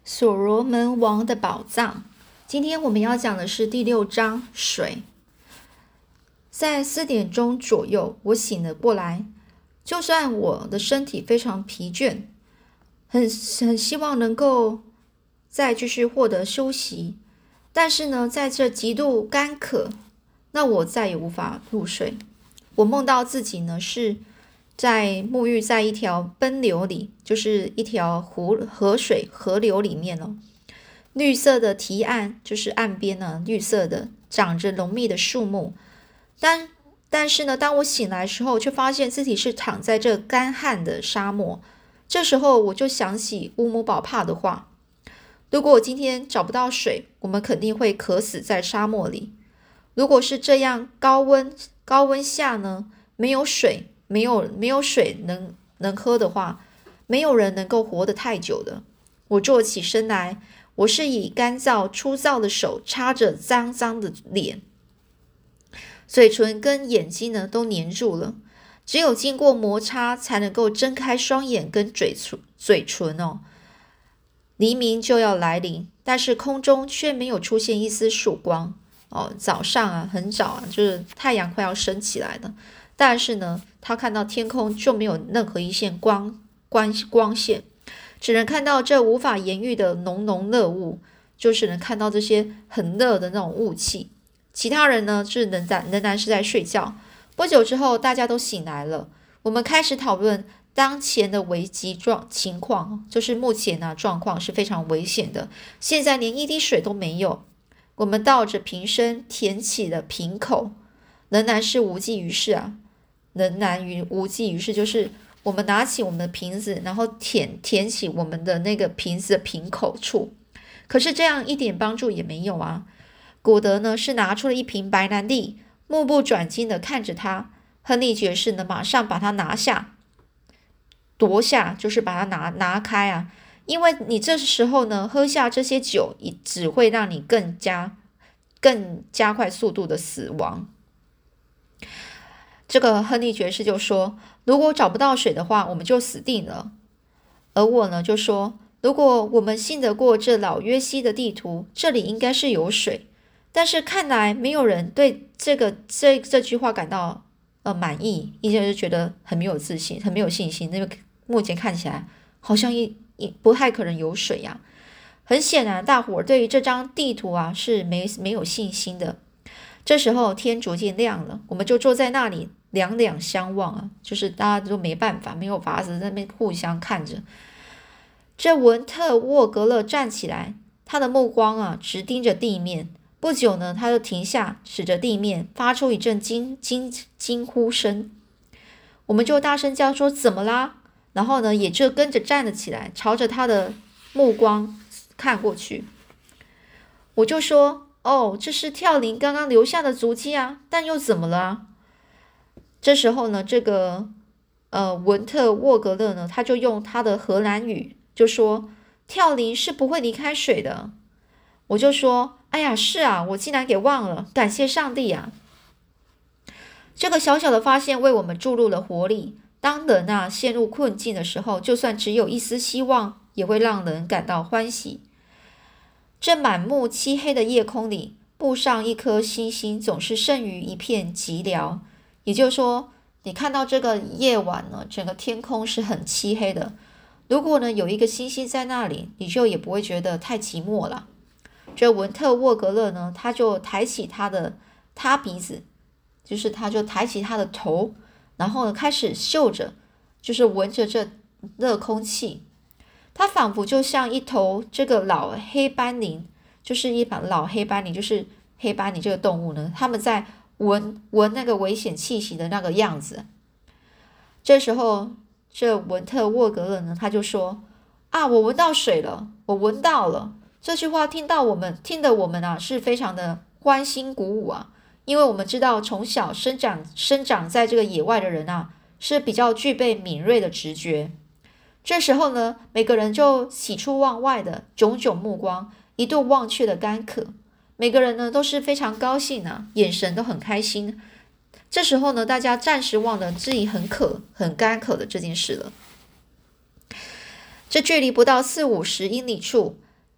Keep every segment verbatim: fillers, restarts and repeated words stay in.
所罗门王的宝藏。今天我们要讲的是第六章水。在四点钟左右，我醒了过来。就算我的身体非常疲倦，很很希望能够再继续获得休息，但是呢，在这极度干渴，那我再也无法入睡。我梦到自己呢是在沐浴在一条奔流里，就是一条湖河水河流里面哦。绿色的堤岸，就是岸边呢，绿色的长着浓密的树木。但但是呢，当我醒来的时候，却发现自己是躺在这干旱的沙漠。这时候我就想起乌姆宝帕的话：如果我今天找不到水，我们肯定会渴死在沙漠里。如果是这样高温高温下呢，没有水，没有没有水能能喝的话，没有人能够活得太久的。我坐起身来，我是以干燥粗糙的手擦着脏脏的脸，嘴唇跟眼睛呢都黏住了，只有经过摩擦才能够睁开双眼跟嘴唇嘴唇哦。黎明就要来临，但是空中却没有出现一丝曙光哦。早上啊，很早啊，就是太阳快要升起来了，但是呢，他看到天空就没有任何一线光光光线，只能看到这无法言喻的浓浓热雾，就只能看到这些很热的那种雾气。其他人呢，是仍然仍然是在睡觉。不久之后，大家都醒来了，我们开始讨论当前的危机状情况，就是目前呢、啊、状况是非常危险的，现在连一滴水都没有。我们倒着瓶身舔起了瓶口，仍然是无济于事啊，仍然于无济于事，就是我们拿起我们的瓶子，然后舔舔起我们的那个瓶子的瓶口处，可是这样一点帮助也没有啊。古德呢是拿出了一瓶白兰地，目不转睛地看着他。亨利爵士呢马上把它拿下，夺下，就是把它拿拿开啊！因为你这时候呢喝下这些酒，只会让你更加更加快速度的死亡。这个亨利爵士就说：“如果找不到水的话，我们就死定了。”而我呢就说：“如果我们信得过这老约西的地图，这里应该是有水。”但是看来没有人对这个这这句话感到呃满意，意思就是觉得很没有自信，很没有信心。因为目前看起来好像一一不太可能有水呀、啊。很显然，大伙儿对于这张地图啊是没没有信心的。这时候天逐渐亮了，我们就坐在那里两两相望啊，就是大家都没办法，没有法子，在那边互相看着。这文特沃格勒站起来，他的目光啊直盯着地面。不久呢，他就停下，指着地面，发出一阵惊惊惊呼声。我们就大声叫说：“怎么啦？”然后呢，也就跟着站了起来，朝着他的目光看过去。我就说：“哦，这是跳林刚刚留下的足迹啊，但又怎么了啊？”这时候呢，这个呃文特沃格勒呢，他就用他的荷兰语就说：“跳林是不会离开水的。”我就说：“哎呀，是啊，我竟然给忘了，感谢上帝啊！”这个小小的发现为我们注入了活力。当人啊陷入困境的时候，就算只有一丝希望，也会让人感到欢喜。这满目漆黑的夜空里，布上一颗星星，总是胜于一片寂寥。也就是说，你看到这个夜晚呢，整个天空是很漆黑的。如果呢有一个星星在那里，你就也不会觉得太寂寞了。这文特沃格勒呢，他就抬起他的他鼻子，就是他就抬起他的头，然后呢开始嗅着，就是闻着这热空气。他仿佛就像一头这个老黑斑羚，就是一把老黑斑羚，就是黑斑羚这个动物呢，他们在闻闻那个危险气息的那个样子。这时候，这文特沃格勒呢，他就说：“啊，我闻到水了，我闻到了。”这句话听到我们听得我们啊是非常的欢欣鼓舞啊，因为我们知道从小生长生长在这个野外的人啊是比较具备敏锐的直觉。这时候呢，每个人就喜出望外的炯炯目光，一度忘却了干渴。每个人呢都是非常高兴啊，眼神都很开心。这时候呢，大家暂时忘了自己很渴、很干渴的这件事了。这距离不到四五十英里处，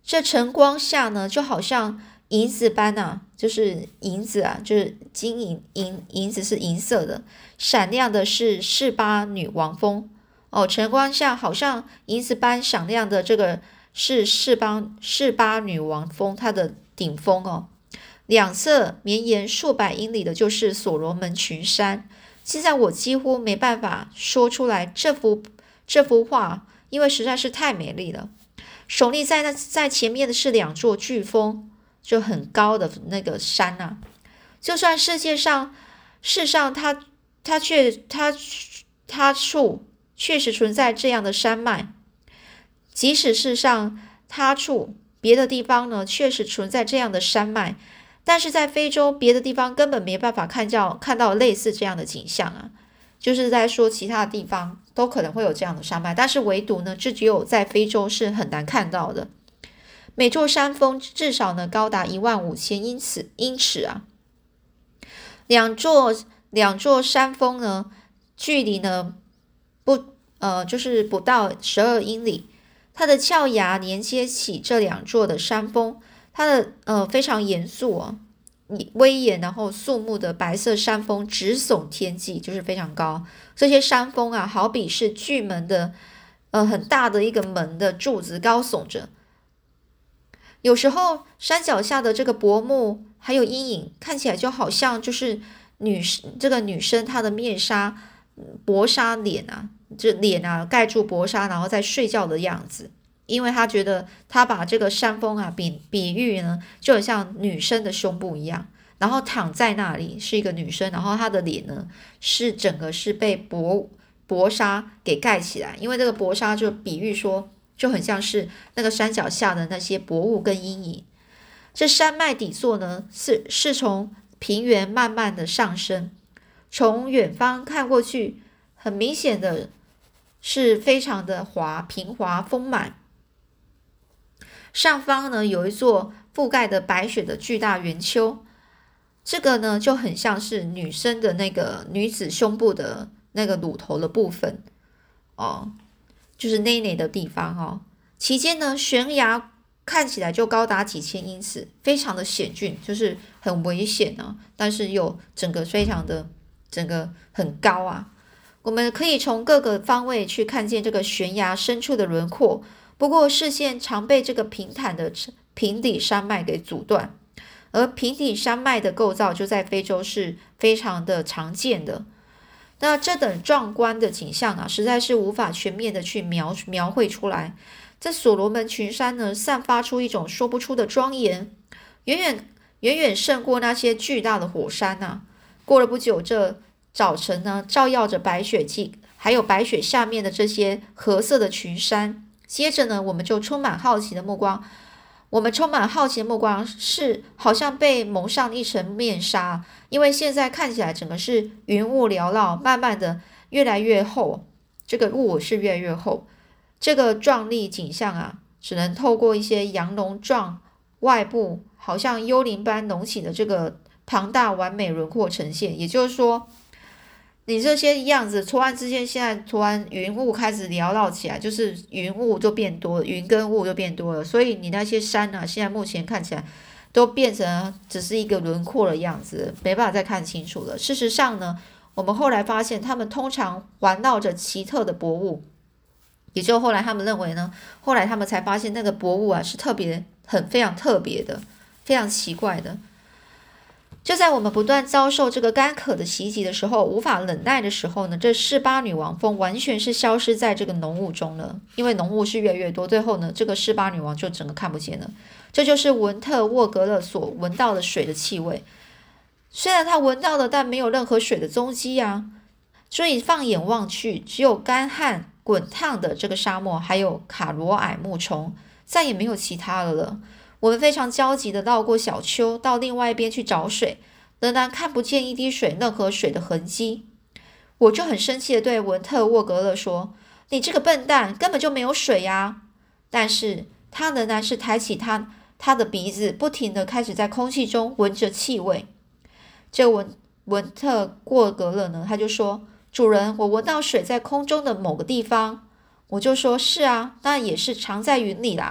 这晨光下呢，就好像银子般啊，就是银子啊，就是金银银银子是银色的，闪亮的是示巴女王峰哦。晨光下好像银子般闪亮的这个是示巴示巴女王峰，它的顶峰哦。两侧绵延数百英里的就是所罗门群山。现在我几乎没办法说出来这幅这幅画，因为实在是太美丽了。耸立在那在前面的是两座巨峰，就很高的那个山啊。就算世界上世上它它却它它处确实存在这样的山脉，即使世上他处别的地方呢确实存在这样的山脉，但是在非洲别的地方根本没办法看到看到类似这样的景象啊。就是在说其他的地方都可能会有这样的山脉，但是唯独呢，这只有在非洲是很难看到的。每座山峰至少呢高达一万五千英尺英尺啊。两座两座山峰呢，距离呢不呃就是不到十二英里。它的峭崖连接起这两座的山峰，它的呃非常严肃哦。威严然后肃穆的白色山峰直耸天际，就是非常高。这些山峰啊，好比是巨门的呃很大的一个门的柱子高耸着。有时候山脚下的这个薄幕还有阴影，看起来就好像就是女这个女生她的面纱薄纱脸啊，这脸啊盖住薄纱，然后在睡觉的样子。因为他觉得他把这个山峰啊比比喻呢，就很像女生的胸部一样，然后躺在那里是一个女生，然后她的脸呢是整个是被薄薄纱给盖起来，因为这个薄纱就比喻说就很像是那个山脚下的那些薄雾跟阴影。这山脉底座呢是是从平原慢慢的上升，从远方看过去，很明显的是非常的滑平滑丰满。上方呢有一座覆盖的白雪的巨大圆丘，这个呢就很像是女生的那个女子胸部的那个乳头的部分哦，就是内内的地方哦。期间呢悬崖看起来就高达几千英尺，非常的险峻，就是很危险啊，但是又整个非常的整个很高啊。我们可以从各个方位去看见这个悬崖深处的轮廓，不过视线常被这个平坦的平底山脉给阻断，而平底山脉的构造就在非洲是非常的常见的。那这等壮观的景象啊，实在是无法全面的去描描绘出来。这所罗门群山呢，散发出一种说不出的庄严，远远远远胜过那些巨大的火山啊。过了不久，这早晨呢，照耀着白雪季，还有白雪下面的这些褐色的群山。接着呢，我们就充满好奇的目光，我们充满好奇的目光是好像被蒙上一层面纱，因为现在看起来整个是云雾缭绕，慢慢的越来越厚，这个雾是越来越厚。这个壮丽景象啊，只能透过一些羊绒状外部好像幽灵般隆起的这个庞大完美轮廓呈现。也就是说，你这些样子突然之间，现在突然云雾开始缭绕起来，就是云雾就变多了，云跟雾就变多了，所以你那些山啊，现在目前看起来都变成只是一个轮廓的样子，没办法再看清楚了。事实上呢，我们后来发现，他们通常环绕着奇特的薄雾，也就后来他们认为呢，后来他们才发现那个薄雾啊是特别很非常特别的，非常奇怪的。就在我们不断遭受这个干渴的袭击的时候，无法忍耐的时候呢，这示巴女王峰完全是消失在这个浓雾中了。因为浓雾是越来越多，最后呢，这个示巴女王就整个看不见了。这就是文特沃格勒所闻到的水的气味。虽然他闻到了，但没有任何水的踪迹啊。所以放眼望去，只有干旱滚烫的这个沙漠，还有卡罗矮木丛，再也没有其他的了。我们非常焦急地绕过小丘，到另外一边去找水，仍然看不见一滴水，任何水的痕迹。我就很生气地对文特沃格勒说：“你这个笨蛋，根本就没有水呀！”但是他仍然是抬起他他的鼻子，不停地开始在空气中闻着气味。这个文文特沃格勒呢，他就说：“主人，我闻到水在空中的某个地方。”我就说：“是啊，那也是藏在云里啦。”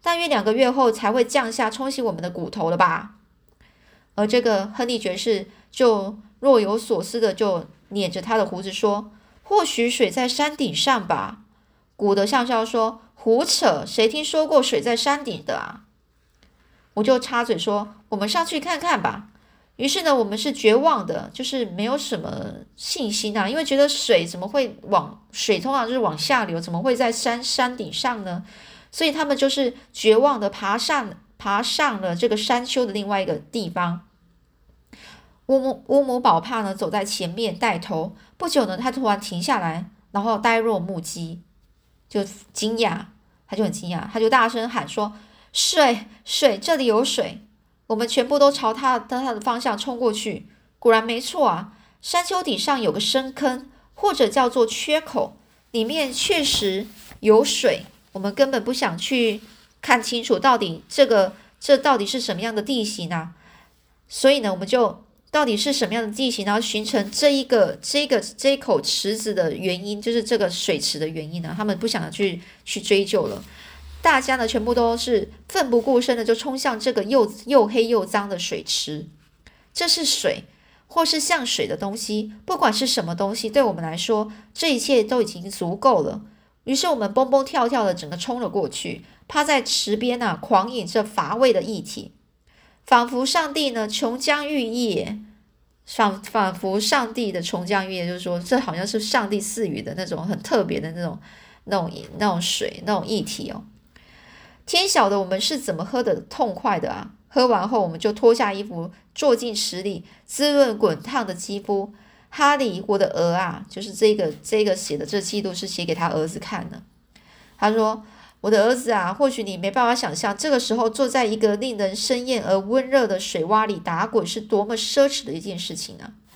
大约两个月后才会降下冲洗我们的骨头了吧？而这个亨利爵士就若有所思的就捻着他的胡子说，或许水在山顶上吧。古德笑笑说，胡扯，谁听说过水在山顶的啊？我就插嘴说，我们上去看看吧。于是呢，我们是绝望的，就是没有什么信心啊，因为觉得水怎么会往水通常就是往下流，怎么会在山山顶上呢？所以他们就是绝望的爬上爬上了这个山丘的另外一个地方。乌姆乌姆宝帕呢走在前面带头，不久呢，他突然停下来，然后呆若木鸡，就惊讶，他就很惊讶，他就大声喊说：“水，水，这里有水！”我们全部都朝他的他的方向冲过去。果然没错啊，山丘底上有个深坑，或者叫做缺口，里面确实有水。我们根本不想去看清楚到底这个这到底是什么样的地形啊？所以呢，我们就到底是什么样的地形，然后形成这一个这个这一口池子的原因，就是这个水池的原因呢？他们不想去去追究了。大家呢，全部都是奋不顾身的就冲向这个又又黑又脏的水池。这是水，或是像水的东西，不管是什么东西，对我们来说，这一切都已经足够了。于是我们蹦蹦跳跳的整个冲了过去，趴在池边啊，狂饮着乏味的液体，仿佛上帝呢琼浆玉液，仿仿佛上帝的琼浆玉液，就是说，这好像是上帝赐予的那种很特别的那种那种那种水那种液体哦。天晓得我们是怎么喝的痛快的啊！喝完后，我们就脱下衣服，坐进池里，滋润滚烫的肌肤。哈利，我的儿啊，就是这个这个写的这记录是写给他儿子看的。他说：“我的儿子啊，或许你没办法想象，这个时候坐在一个令人生厌而温热的水洼里打滚，是多么奢侈的一件事情啊！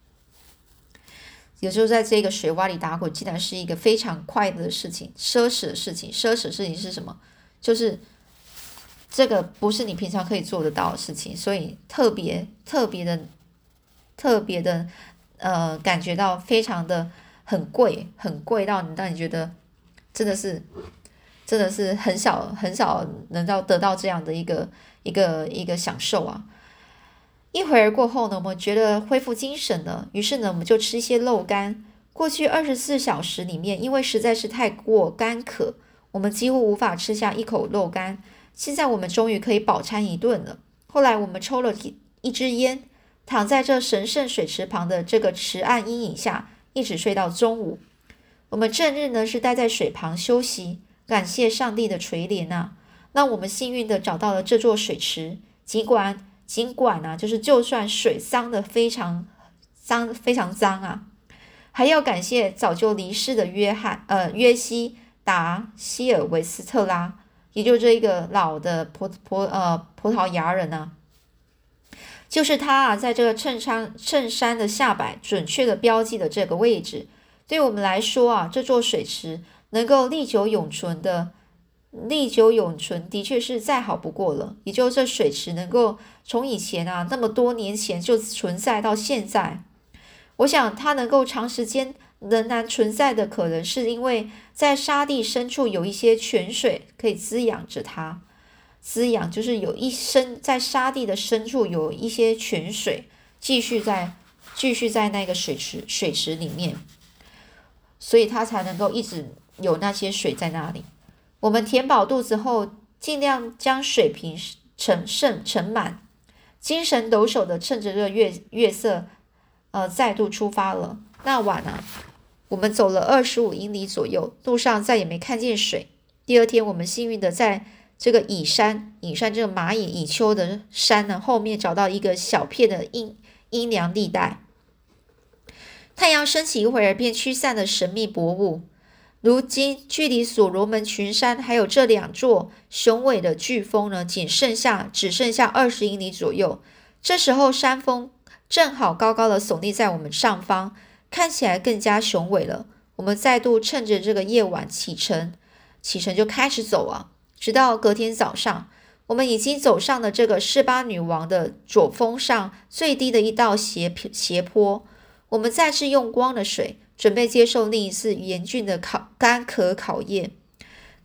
有时候在这个水洼里打滚，竟然是一个非常快乐的事情，奢侈的事情。奢侈的事情是什么？就是这个不是你平常可以做得到的事情，所以特别特别的特别的呃，感觉到非常的很贵，很贵到你让你觉得真的是真的是很少很少能到得到这样的一个一个一个享受啊。一会儿过后呢，我们觉得恢复精神了，于是呢，我们就吃一些肉干。过去二十四小时里面，因为实在是太过干渴，我们几乎无法吃下一口肉干。现在我们终于可以饱餐一顿了。后来我们抽了一支烟，躺在这神圣水池旁的这个池岸阴影下，一直睡到中午。我们正日呢是待在水旁休息，感谢上帝的垂怜啊，让我们幸运的找到了这座水池。尽管尽管啊，就是就算水脏的非常脏非常脏啊，还要感谢早就离世的约翰呃约西达希尔维斯特拉，也就是这一个老的葡葡呃葡萄牙人啊，就是他啊，在这个衬衫衬衫的下摆准确的标记了这个位置。对我们来说啊，这座水池能够历久永存的历久永存的确是再好不过了。也就是这水池能够从以前啊那么多年前就存在到现在，我想它能够长时间仍然存在的可能是因为在沙地深处有一些泉水可以滋养着它。滋养就是有一深在沙地的深处有一些泉水继续在继续在那个水池水池里面，所以它才能够一直有那些水在那里。我们填饱肚子后，尽量将水瓶盛盛盛满，精神抖擞的趁着这月月色，呃，再度出发了。那晚啊，我们走了二十五英里左右，路上再也没看见水。第二天，我们幸运的在这个蚁山，蚁山这个蚂蚁蚁丘的山呢后面找到一个小片的阴阴凉地带。太阳升起一会儿，便驱散了神秘薄雾。如今，距离所罗门群山还有这两座雄伟的巨峰呢，仅剩下只剩下二十英里左右。这时候，山峰正好高高的耸立在我们上方，看起来更加雄伟了。我们再度趁着这个夜晚启程，启程就开始走啊，直到隔天早上，我们已经走上了这个示巴女王的左峰上最低的一道斜斜坡。我们再次用光了水，准备接受另一次严峻的考干渴考验。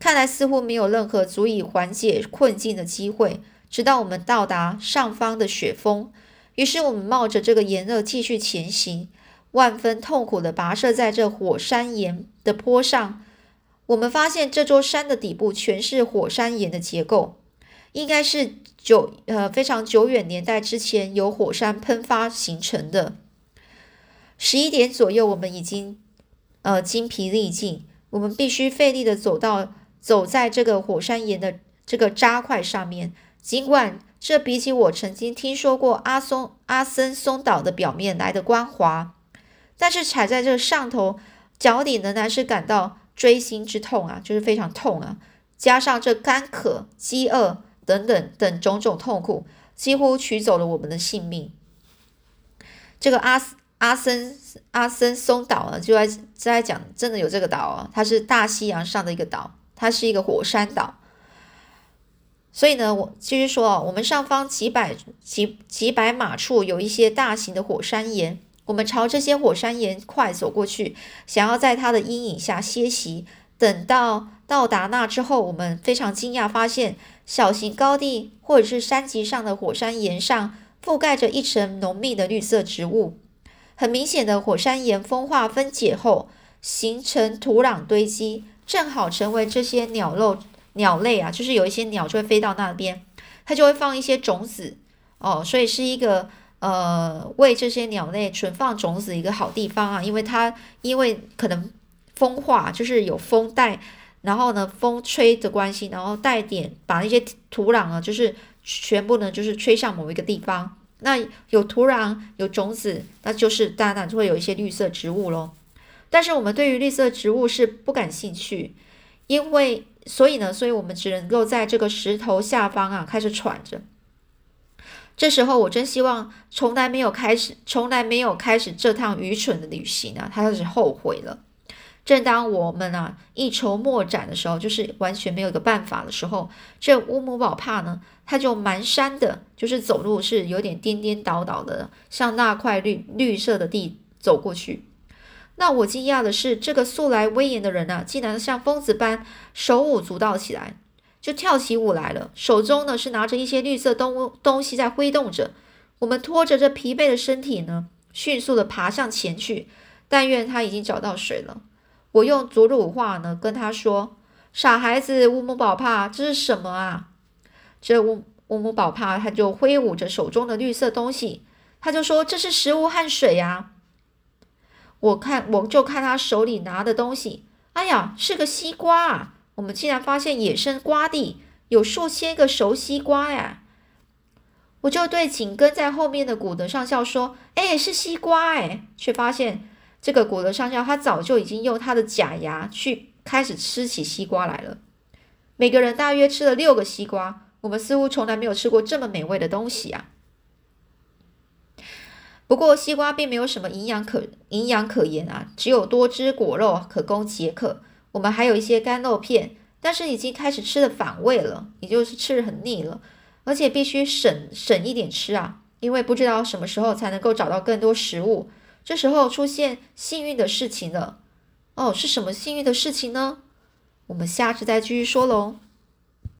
看来似乎没有任何足以缓解困境的机会，直到我们到达上方的雪峰。于是我们冒着这个炎热继续前行，万分痛苦地跋涉在这火山岩的坡上。我们发现这座山的底部全是火山岩的结构，应该是久呃非常久远年代之前由火山喷发形成的。十一点左右，我们已经呃精疲力尽，我们必须费力的走到走在这个火山岩的这个渣块上面。尽管这比起我曾经听说过阿松阿森松岛的表面来的光滑，但是踩在这上头，脚底仍然是感到锥心之痛啊，就是非常痛啊！加上这干渴、饥饿等等等种种痛苦，几乎取走了我们的性命。这个阿阿森阿森松岛呢，就在在讲，真的有这个岛啊，它是大西洋上的一个岛，它是一个火山岛。所以呢，我继续说啊，我们上方几百几几百码处有一些大型的火山岩，我们朝这些火山岩块走过去，想要在它的阴影下歇息。等到到达那之后，我们非常惊讶，发现小型高地或者是山脊上的火山岩上覆盖着一层浓密的绿色植物。很明显的，火山岩风化分解后形成土壤堆积，正好成为这些鸟肉鸟类啊，就是有一些鸟就会飞到那边，它就会放一些种子哦，所以是一个呃为这些鸟类存放种子一个好地方啊，因为它因为可能风化，就是有风带，然后呢风吹的关系，然后带点把那些土壤啊，就是全部呢就是吹向某一个地方。那有土壤有种子，那就是当然就会有一些绿色植物咯。但是我们对于绿色植物是不感兴趣，因为所以呢，所以我们只能够在这个石头下方啊开始喘着。这时候我真希望从来没有开始，从来没有开始这趟愚蠢的旅行啊，他开始后悔了。正当我们啊一筹莫展的时候，就是完全没有一个办法的时候，这乌姆宝帕呢，他就蹒跚的，就是走路是有点颠颠倒倒的，向那块绿绿色的地走过去。那我惊讶的是，这个素来威严的人啊，竟然像疯子般手舞足蹈起来，就跳起舞来了，手中呢是拿着一些绿色东东西在挥动着。我们拖着这疲惫的身体呢，迅速的爬向前去，但愿他已经找到水了。我用祖鲁话呢跟他说：“傻孩子，乌姆宝帕，这是什么啊？”这乌乌姆宝帕他就挥舞着手中的绿色东西，他就说：“这是食物和水啊。”我看我就看他手里拿的东西，哎呀，是个西瓜啊！我们竟然发现野生瓜地有数千个熟西瓜呀！我就对紧跟在后面的古德上校说：“哎，是西瓜哎！”却发现这个古德上校他早就已经用他的假牙去开始吃起西瓜来了。每个人大约吃了六个西瓜，我们似乎从来没有吃过这么美味的东西啊！不过西瓜并没有什么营养可营养可言啊，只有多汁果肉可供解渴。我们还有一些干肉片，但是已经开始吃的反胃了，也就是吃得很腻了，而且必须省省一点吃啊，因为不知道什么时候才能够找到更多食物。这时候出现幸运的事情了。哦，是什么幸运的事情呢？我们下次再继续说喽。